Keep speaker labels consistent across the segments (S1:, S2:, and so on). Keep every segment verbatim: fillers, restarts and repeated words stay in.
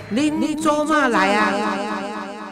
S1: 您做嘛来啊？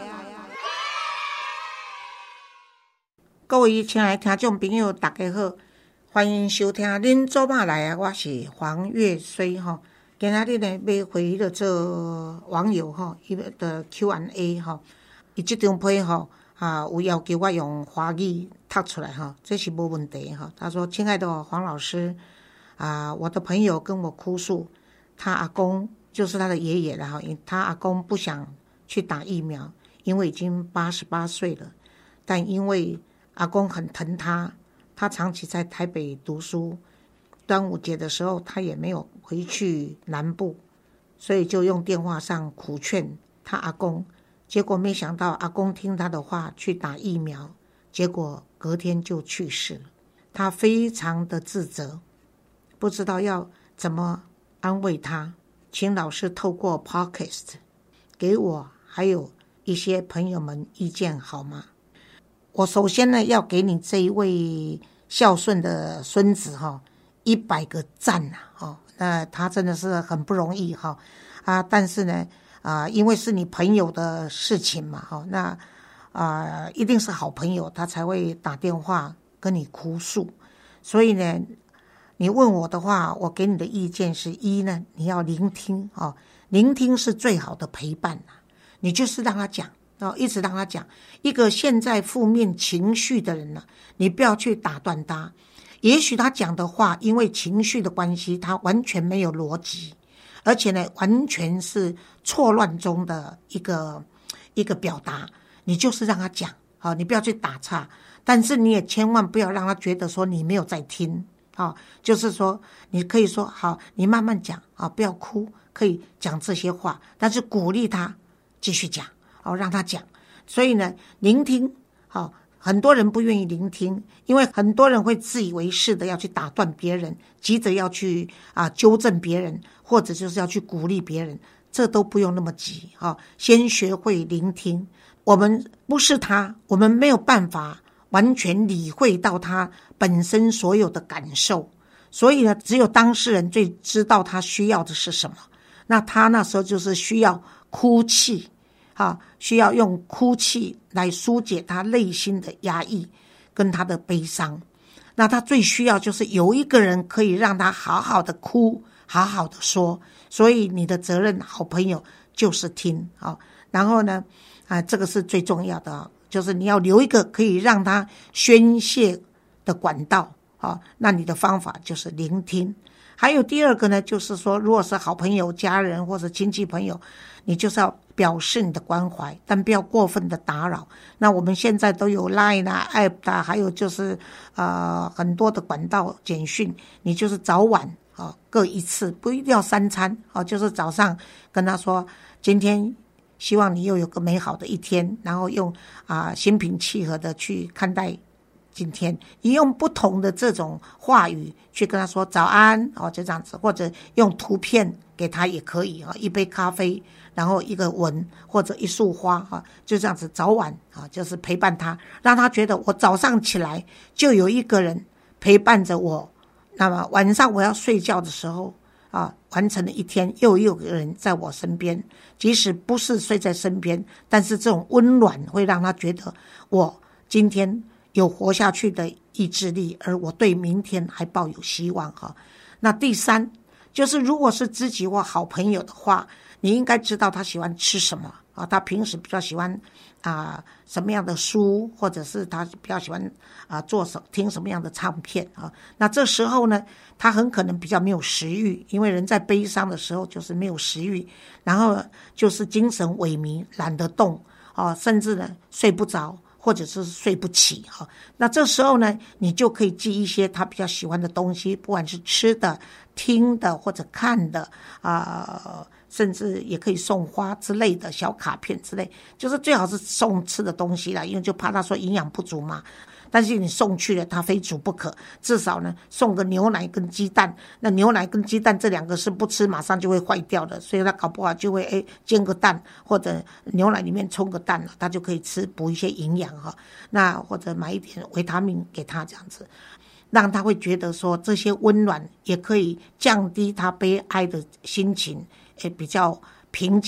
S1: 各位亲爱的听众朋友，大家好，欢迎收听《您做嘛来啊》，我是黄月水哈。今仔日呢，要回的做网友哈，伊的 Q and A 哈，伊这张批哈啊，有要求我用华语读出来哈，这是没问题哈。他说：“亲爱的黄老师啊，我的朋友跟我哭诉，他阿公就是他的爷爷了哈，他阿公不想去打疫苗，因为已经八十八岁了，但因为阿公很疼他，他长期在台北读书，端午节的时候他也没有回去南部，所以就用电话上苦劝他阿公，结果没想到阿公听他的话去打疫苗，结果隔天就去世了。他非常的自责，不知道要怎么安慰他，请老师透过 Podcast 给我还有一些朋友们意见好吗？”我首先呢，要给你这一位孝顺的孙子哈一百个赞呐、啊、哦，那他真的是很不容易哈啊，但是呢啊，因为是你朋友的事情嘛哈，那啊一定是好朋友，他才会打电话跟你哭诉，所以呢，你问我的话，我给你的意见是一呢，你要聆听啊、哦，聆听是最好的陪伴啊，你就是让他讲。然后一直让他讲，一个现在负面情绪的人呢、啊，你不要去打断他。也许他讲的话，因为情绪的关系，他完全没有逻辑，而且呢，完全是错乱中的一个一个表达。你就是让他讲，好，你不要去打岔，但是你也千万不要让他觉得说你没有在听，好，就是说你可以说好，你慢慢讲啊，不要哭，可以讲这些话，但是鼓励他继续讲。好，让他讲，所以呢，聆听，好，很多人不愿意聆听，因为很多人会自以为是的要去打断别人，急着要去啊纠正别人，或者就是要去鼓励别人，这都不用那么急啊，先学会聆听。我们不是他，我们没有办法完全理会到他本身所有的感受，所以呢，只有当事人最知道他需要的是什么。那他那时候就是需要哭泣。啊，需要用哭泣来疏解他内心的压抑跟他的悲伤。那他最需要就是有一个人可以让他好好的哭，好好的说。所以你的责任，好朋友就是听啊。然后呢，啊，这个是最重要的，就是你要留一个可以让他宣泄的管道啊。那你的方法就是聆听。还有第二个呢，就是说，如果是好朋友、家人或者亲戚朋友，你就是要表示你的关怀，但不要过分的打扰。那我们现在都有 Line 啊、App 啊，还有就是呃很多的管道简讯，你就是早晚啊各一次，不一定要三餐啊，就是早上跟他说，今天希望你又有个美好的一天，然后用啊心平气和的去看待。今天你用不同的这种话语去跟他说早安哦，就这样子，或者用图片给他也可以啊，一杯咖啡，然后一个吻或者一束花哈，就这样子早晚啊，就是陪伴他，让他觉得我早上起来就有一个人陪伴着我，那么晚上我要睡觉的时候啊，完成了一天，又有个人在我身边，即使不是睡在身边，但是这种温暖会让他觉得我今天有活下去的意志力，而我对明天还抱有希望哈。那第三就是如果是知己或好朋友的话，你应该知道他喜欢吃什么啊，他平时比较喜欢啊什么样的书，或者是他比较喜欢啊做什听什么样的唱片啊。那这时候呢，他很可能比较没有食欲，因为人在悲伤的时候就是没有食欲，然后就是精神萎靡，懒得动啊，甚至呢睡不着。或者是睡不起哈，那这时候呢，你就可以寄一些他比较喜欢的东西，不管是吃的、听的或者看的啊、呃，甚至也可以送花之类的小卡片之类，就是最好是送吃的东西啦，因为就怕他说营养不足嘛。但是你送去了，他非煮不可，至少呢送个牛奶跟鸡蛋，那牛奶跟鸡蛋这两个是不吃马上就会坏掉的，所以他搞不好就会哎煎个蛋，或者牛奶里面冲个蛋，他就可以吃补一些营养哈。那或者买一点维他命给他这样子，让他会觉得说这些温暖也可以降低他悲哀的心情，也比较平静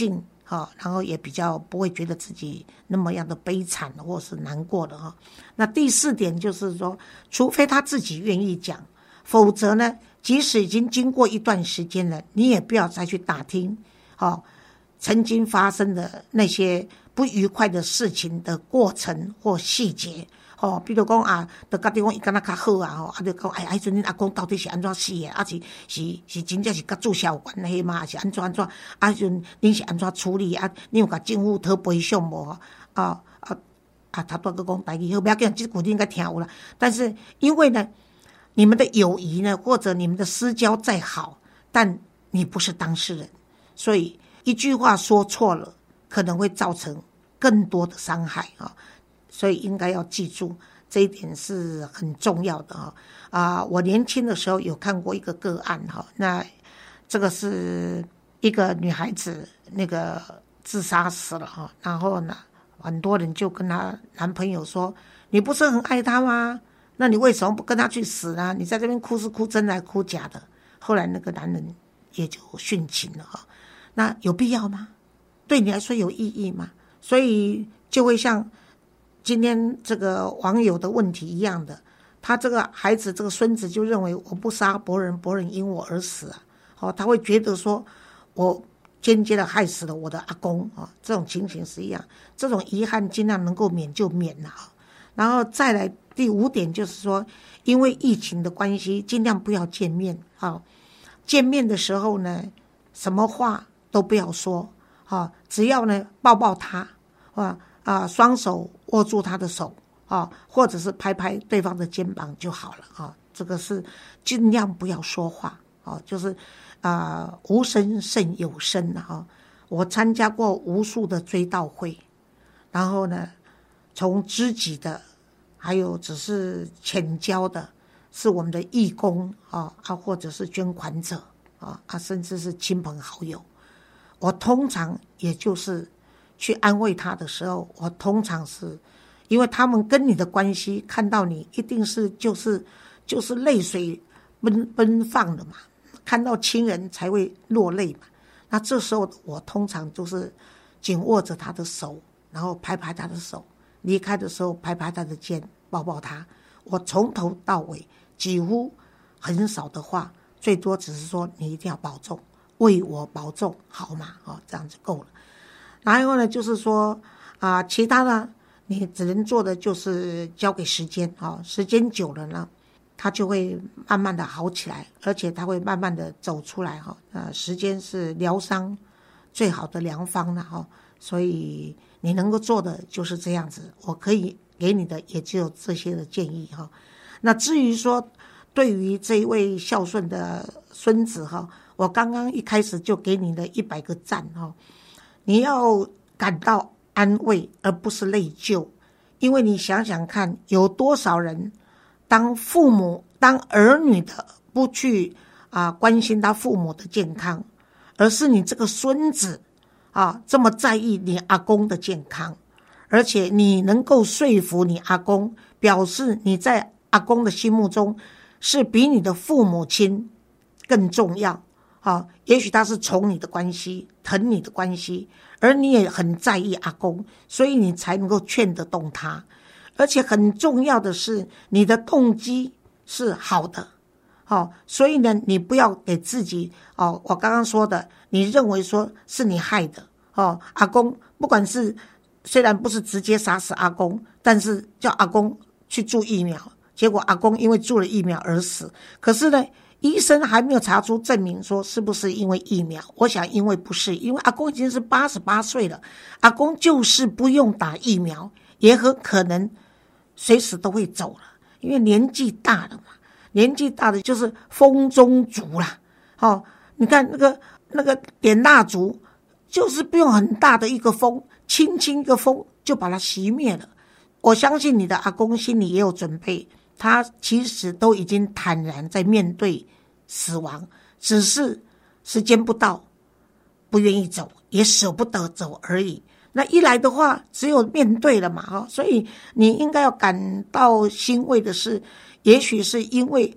S1: 哈，然后也比较不会觉得自己那么样的悲惨或是难过的哈。那第四点就是说，除非他自己愿意讲，否则呢，即使已经经过一段时间了，你也不要再去打听哦曾经发生的那些不愉快的事情的过程或细节。哦，比如讲啊，就觉得讲伊敢若较好啊，吼，啊，就讲哎，迄阵恁阿公到底是安怎死的，啊是是是真正是甲注销有关系吗？还是安怎安怎？啊，迄阵恁是安怎处理啊？恁有甲政府讨赔偿无？啊啊啊！他都个讲台语好，不要紧，这句你应该听有啦。但是因为呢，你们的友谊呢，或者你们的私交再好，但你不是当事人，所以一句话说错了，可能会造成更多的伤害啊。所以应该要记住这一点是很重要的哈啊！我年轻的时候有看过一个个案哈，那这个是一个女孩子那个自杀死了哈，然后呢，很多人就跟她男朋友说：“你不是很爱她吗？那你为什么不跟她去死呢？你在这边哭是哭真的还哭假的？”后来那个男人也就殉情了哈。那有必要吗？对你来说有意义吗？所以就会像今天这个网友的问题一样的，他这个孩子这个孙子就认为我不杀伯仁，伯仁因我而死啊，哦，他会觉得说我间接的害死了我的阿公啊，哦，这种情形是一样，这种遗憾尽量能够免就免了，啊。然后再来第五点就是说，因为疫情的关系，尽量不要见面啊，哦，见面的时候呢，什么话都不要说啊，哦，只要呢抱抱他啊。啊，双手握住他的手啊，或者是拍拍对方的肩膀就好了啊。这个是尽量不要说话啊，就是啊，无声胜有声啊。我参加过无数的追悼会，然后呢，从知己的，还有只是浅交的，是我们的义工啊啊，或者是捐款者啊啊，甚至是亲朋好友，我通常也就是去安慰他的时候，我通常是因为他们跟你的关系，看到你一定是就是就是泪水奔奔放的嘛，看到亲人才会落泪嘛。那这时候我通常就是紧握着他的手，然后拍拍他的手，离开的时候拍拍他的肩，抱抱他。我从头到尾几乎很少的话，最多只是说你一定要保重，为我保重，好吗？哦，这样就够了。然后呢，就是说啊，呃，其他的你只能做的就是交给时间啊，哦，时间久了呢，他就会慢慢的好起来，而且他会慢慢的走出来哈。呃，时间是疗伤最好的良方了哈，所以你能够做的就是这样子，我可以给你的也只有这些的建议哈。那至于说对于这一位孝顺的孙子哈，我刚刚一开始就给你的一百个赞哈。你要感到安慰，而不是内疚，因为你想想看，有多少人当父母、当儿女的不去啊关心他父母的健康，而是你这个孙子啊这么在意你阿公的健康，而且你能够说服你阿公，表示你在阿公的心目中是比你的父母亲更重要。啊，也许他是宠你的关系，疼你的关系，而你也很在意阿公，所以你才能够劝得动他。而且很重要的是，你的动机是好的，哦，所以呢，你不要给自己哦，我刚刚说的，你认为说是你害的哦，阿公不管是虽然不是直接杀死阿公，但是叫阿公去注疫苗，结果阿公因为注了疫苗而死，可是呢，医生还没有查出证明说是不是因为疫苗，我想因为不是，因为阿公已经是八十八岁了，阿公就是不用打疫苗，也很可能随时都会走了，因为年纪大了嘛，年纪大的就是风中烛啦。哦，你看那个那个点蜡烛，就是不用很大的一个风，轻轻一个风就把它熄灭了。我相信你的阿公心里也有准备，他其实都已经坦然在面对死亡，只是时间不到，不愿意走，也舍不得走而已。那一来的话，只有面对了嘛，所以你应该要感到欣慰的是，也许是因为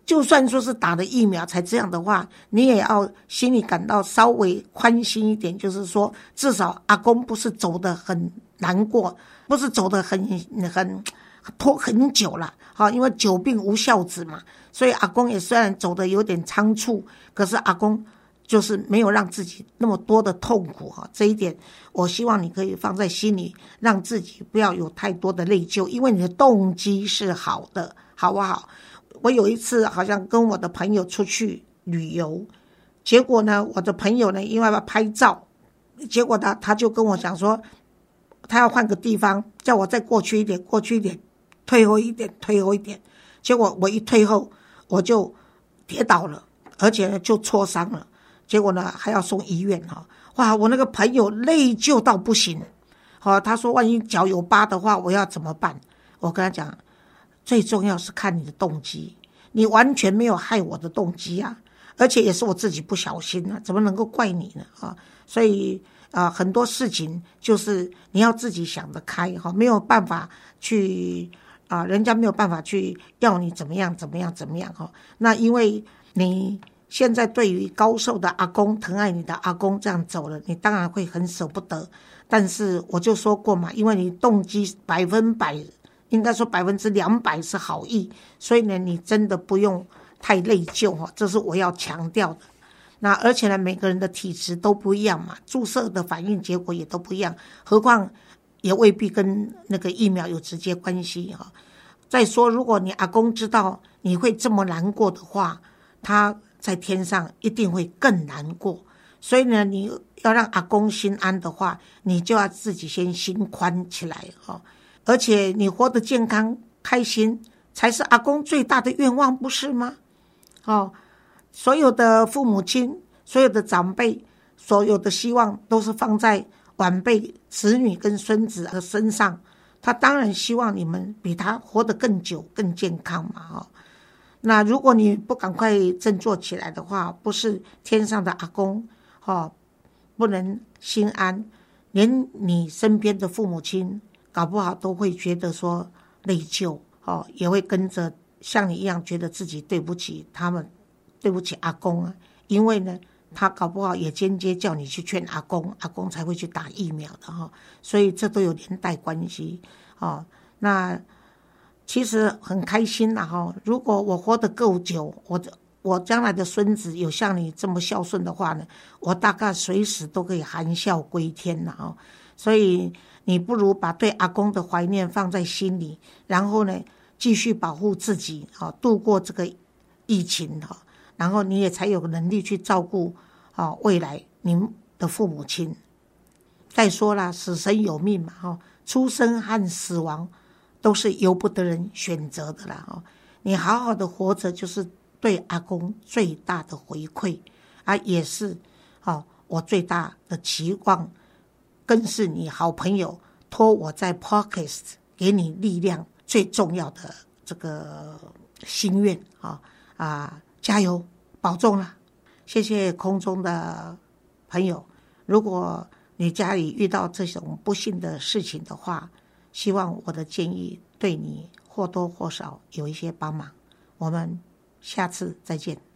S1: 就算说是打了疫苗才这样的话，你也要心里感到稍微宽心一点，就是说至少阿公不是走得很难过，不是走得很很拖很久了，好，因为久病无孝子嘛，所以阿公也虽然走得有点仓促，可是阿公就是没有让自己那么多的痛苦哈，这一点我希望你可以放在心里，让自己不要有太多的内疚，因为你的动机是好的，好不好？我有一次好像跟我的朋友出去旅游，结果呢，我的朋友呢因为要拍照，结果他他就跟我讲说，他要换个地方，叫我再过去一点，过去一点，退后一点，退后一点。结果我一退后，我就跌倒了，而且呢就挫伤了。结果呢还要送医院哈，哇！我那个朋友内疚到不行，好，他说万一脚有疤的话，我要怎么办？我跟他讲，最重要是看你的动机，你完全没有害我的动机啊，而且也是我自己不小心啊，怎么能够怪你呢啊？所以啊、呃，很多事情就是你要自己想得开哈，没有办法去啊、呃，人家没有办法去要你怎么样怎么样怎么样哈。那因为你现在对于高寿的阿公，疼爱你的阿公这样走了，你当然会很舍不得。但是我就说过嘛，因为你动机百分百，应该说百分之两百是好意，所以呢，你真的不用太内疚哈，这是我要强调的。那而且呢，每个人的体质都不一样嘛，注射的反应结果也都不一样，何况也未必跟那个疫苗有直接关系哈。再说，如果你阿公知道你会这么难过的话，他在天上一定会更难过。所以呢，你要让阿公心安的话，你就要自己先心宽起来哈。而且你活得健康开心，才是阿公最大的愿望，不是吗？哦，所有的父母亲，所有的长辈，所有的希望都是放在晚辈、子女跟孙子的身上。他当然希望你们比他活得更久、更健康嘛！哦，那如果你不赶快振作起来的话，不是天上的阿公哦，不能心安，连你身边的父母亲，搞不好都会觉得说内疚哦，也会跟着像你一样觉得自己对不起他们，对不起阿公啊，因为呢，他搞不好也间接叫你去劝阿公，阿公才会去打疫苗的哈，所以这都有连带关系哦。那其实很开心啦哈，如果我活得够久，我我将来的孙子有像你这么孝顺的话呢，我大概随时都可以含笑归天了哦。所以你不如把对阿公的怀念放在心里，然后呢，继续保护自己啊，度过这个疫情哈，然后你也才有能力去照顾啊未来您的父母亲。再说啦，死神有命嘛哈，出生和死亡都是由不得人选择的啦哦。你好好的活着，就是对阿公最大的回馈啊，也是哦我最大的期望，更是你好朋友托我在 Podcast 给你力量最重要的这个心愿啊啊，加油，保重了。谢谢空中的朋友，如果你家里遇到这种不幸的事情的话，希望我的建议对你或多或少有一些帮忙。我们下次再见。